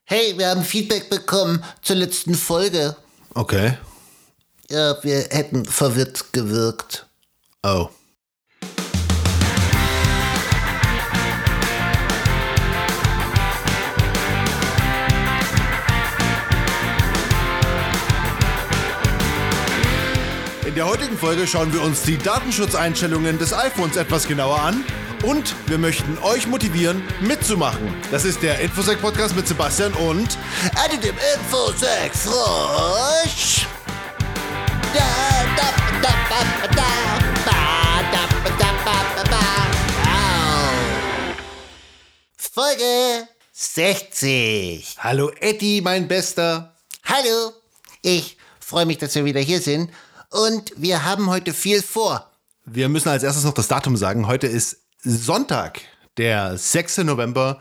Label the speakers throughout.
Speaker 1: Hey, wir haben Feedback bekommen zur letzten Folge.
Speaker 2: Okay.
Speaker 1: Ja, wir hätten verwirrt gewirkt.
Speaker 2: Oh. In der heutigen Folge schauen wir uns die Datenschutzeinstellungen des iPhones etwas genauer an und wir möchten euch motivieren, mitzumachen. Das ist der Infosec-Podcast mit Sebastian und
Speaker 1: Dem Infosec Frosch. Folge 60.
Speaker 2: Hallo Eddie, mein Bester.
Speaker 1: Hallo, ich freue mich, dass wir wieder hier sind und wir haben heute viel vor.
Speaker 2: Wir müssen als erstes noch das Datum sagen. Heute ist Sonntag, der 6. November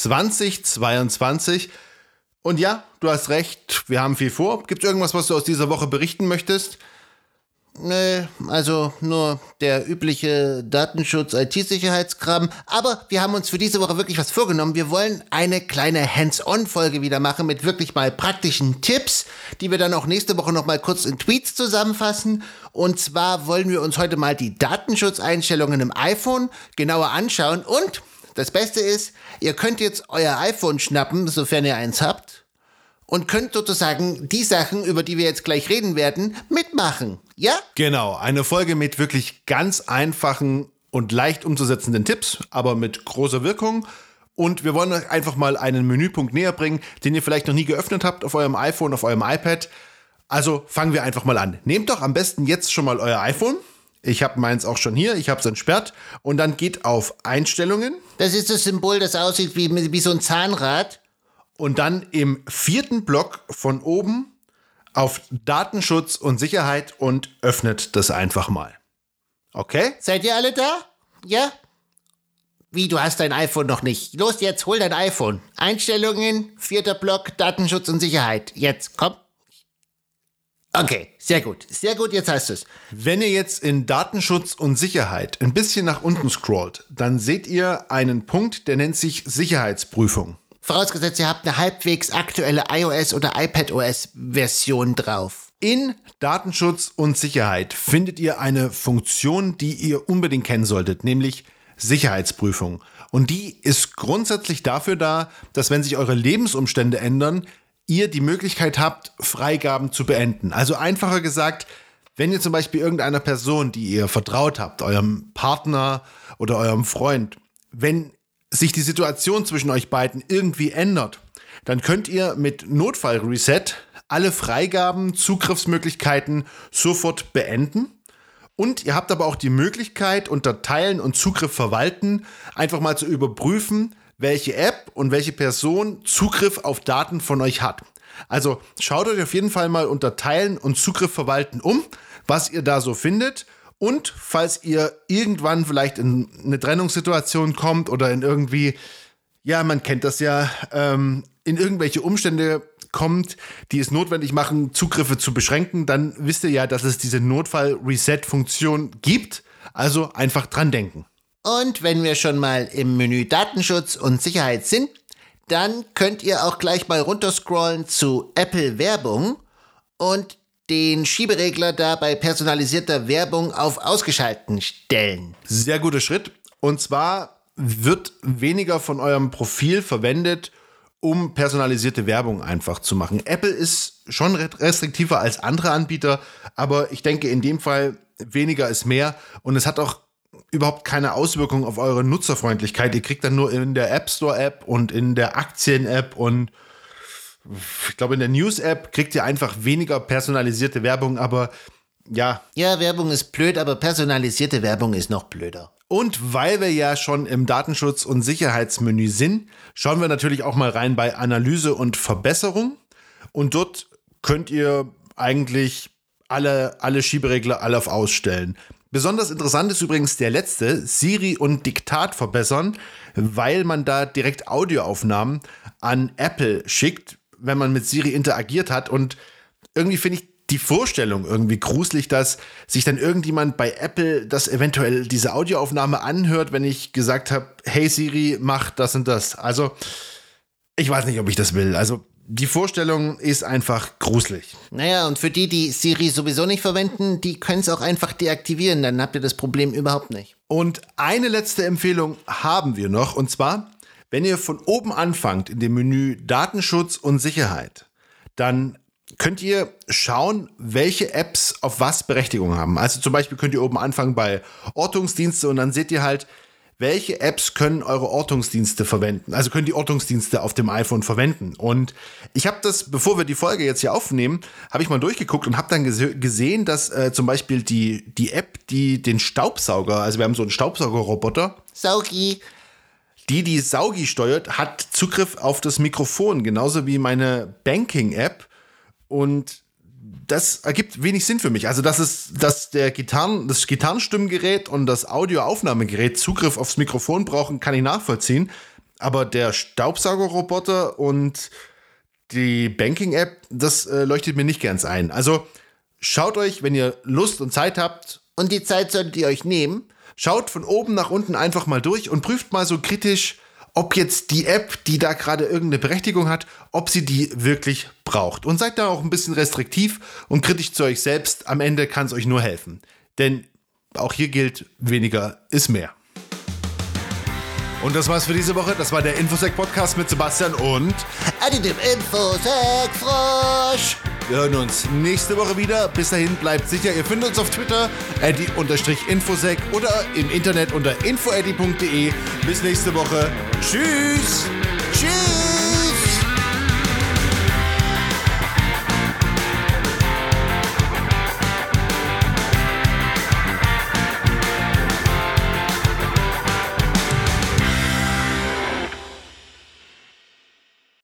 Speaker 2: 2022. Und ja, du hast recht, wir haben viel vor. Gibt es irgendwas, was du aus dieser Woche berichten möchtest?
Speaker 1: Nö, also nur der übliche Datenschutz-IT-Sicherheitskram. Aber wir haben uns für diese Woche wirklich was vorgenommen. Wir wollen eine kleine Hands-on-Folge wieder machen mit wirklich mal praktischen Tipps, die wir dann auch nächste Woche noch mal kurz in Tweets zusammenfassen. Und zwar wollen wir uns heute mal die Datenschutzeinstellungen im iPhone genauer anschauen. Und das Beste ist, ihr könnt jetzt euer iPhone schnappen, sofern ihr eins habt. Und könnt sozusagen die Sachen, über die wir jetzt gleich reden werden, mitmachen. Ja?
Speaker 2: Genau, eine Folge mit wirklich ganz einfachen und leicht umzusetzenden Tipps, aber mit großer Wirkung. Und wir wollen euch einfach mal einen Menüpunkt näher bringen, den ihr vielleicht noch nie geöffnet habt auf eurem iPhone, auf eurem iPad. Also fangen wir einfach mal an. Nehmt doch am besten jetzt schon mal euer iPhone. Ich habe meins auch schon hier, ich habe es entsperrt. Und dann geht auf Einstellungen.
Speaker 1: Das ist das Symbol, das aussieht wie so ein Zahnrad.
Speaker 2: Und dann im 4. Block von oben auf Datenschutz und Sicherheit und öffnet das einfach mal. Okay?
Speaker 1: Seid ihr alle da? Ja? Wie, du hast dein iPhone noch nicht? Los jetzt, hol dein iPhone. Einstellungen, 4. Block, Datenschutz und Sicherheit. Jetzt, komm. Okay, sehr gut, jetzt hast du es.
Speaker 2: Wenn ihr jetzt in Datenschutz und Sicherheit ein bisschen nach unten scrollt, dann seht ihr einen Punkt, der nennt sich Sicherheitsprüfung.
Speaker 1: Vorausgesetzt, ihr habt eine halbwegs aktuelle iOS- oder iPadOS-Version drauf.
Speaker 2: In Datenschutz und Sicherheit findet ihr eine Funktion, die ihr unbedingt kennen solltet, nämlich Sicherheitsprüfung. Und die ist grundsätzlich dafür da, dass wenn sich eure Lebensumstände ändern, ihr die Möglichkeit habt, Freigaben zu beenden. Also einfacher gesagt, wenn ihr zum Beispiel irgendeiner Person, die ihr vertraut habt, eurem Partner oder eurem Freund, wenn sich die Situation zwischen euch beiden irgendwie ändert, dann könnt ihr mit Notfallreset alle Freigaben, Zugriffsmöglichkeiten sofort beenden. Und ihr habt aber auch die Möglichkeit, unter Teilen und Zugriff verwalten, einfach mal zu überprüfen, welche App und welche Person Zugriff auf Daten von euch hat. Also schaut euch auf jeden Fall mal unter Teilen und Zugriff verwalten um, was ihr da so findet. Und falls ihr irgendwann vielleicht in eine Trennungssituation kommt oder in irgendwie, ja, man kennt das ja, in irgendwelche Umstände kommt, die es notwendig machen, Zugriffe zu beschränken, dann wisst ihr ja, dass es diese Notfall-Reset-Funktion gibt. Also einfach dran denken.
Speaker 1: Und wenn wir schon mal im Menü Datenschutz und Sicherheit sind, dann könnt ihr auch gleich mal runterscrollen zu Apple Werbung und den Schieberegler da bei personalisierter Werbung auf Ausgeschalten stellen.
Speaker 2: Sehr guter Schritt. Und zwar wird weniger von eurem Profil verwendet, um personalisierte Werbung einfach zu machen. Apple ist schon restriktiver als andere Anbieter, aber ich denke in dem Fall weniger ist mehr und es hat auch überhaupt keine Auswirkung auf eure Nutzerfreundlichkeit. Ihr kriegt dann nur in der App Store App und in der Aktien-App und ich glaube, in der News-App kriegt ihr einfach weniger personalisierte Werbung, aber ja.
Speaker 1: Ja, Werbung ist blöd, aber personalisierte Werbung ist noch blöder.
Speaker 2: Und weil wir ja schon im Datenschutz- und Sicherheitsmenü sind, schauen wir natürlich auch mal rein bei Analyse und Verbesserung. Und dort könnt ihr eigentlich alle Schieberegler alle auf Ausstellen. Besonders interessant ist übrigens der letzte, Siri und Diktat verbessern, weil man da direkt Audioaufnahmen an Apple schickt, wenn man mit Siri interagiert hat. Und irgendwie finde ich die Vorstellung irgendwie gruselig, dass sich dann irgendjemand bei Apple das eventuell diese Audioaufnahme anhört, wenn ich gesagt habe, hey Siri, mach das und das. Also Ich weiß nicht, ob ich das will. Also die Vorstellung ist einfach gruselig.
Speaker 1: Naja, und für die Siri sowieso nicht verwenden, die können es auch einfach deaktivieren, dann habt ihr das Problem überhaupt nicht.
Speaker 2: Und eine letzte Empfehlung haben wir noch, und zwar, wenn ihr von oben anfangt in dem Menü Datenschutz und Sicherheit, dann könnt ihr schauen, welche Apps auf was Berechtigung haben. Also zum Beispiel könnt ihr oben anfangen bei Ortungsdienste und dann seht ihr halt, welche Apps können eure Ortungsdienste verwenden. Also können die Ortungsdienste auf dem iPhone verwenden. Und ich habe das, bevor wir die Folge jetzt hier aufnehmen, habe ich mal durchgeguckt und habe dann gesehen, dass zum Beispiel die App, die den Staubsauger, also wir haben so einen Staubsaugerroboter,
Speaker 1: Saugi.
Speaker 2: die Saugi steuert, hat Zugriff auf das Mikrofon, genauso wie meine Banking-App. Und das ergibt wenig Sinn für mich. Also, dass das Gitarrenstimmengerät und das Audioaufnahmegerät Zugriff aufs Mikrofon brauchen, kann ich nachvollziehen. Aber der Staubsaugerroboter und die Banking-App, das leuchtet mir nicht ganz ein. Also, schaut euch, wenn ihr Lust und Zeit habt.
Speaker 1: Und die Zeit solltet ihr euch nehmen.
Speaker 2: Schaut von oben nach unten einfach mal durch und prüft mal so kritisch, ob jetzt die App, die da gerade irgendeine Berechtigung hat, ob sie die wirklich braucht. Und seid da auch ein bisschen restriktiv und kritisch zu euch selbst. Am Ende kann es euch nur helfen. Denn auch hier gilt, weniger ist mehr. Und das war's für diese Woche. Das war der Infosec-Podcast mit Sebastian und
Speaker 1: Eddie, dem Infosec-Frosch.
Speaker 2: wir hören uns nächste Woche wieder. Bis dahin bleibt sicher. Ihr findet uns auf Twitter, Eddie_Infosec oder im Internet unter infoeddy.de. Bis nächste Woche. Tschüss.
Speaker 1: Tschüss.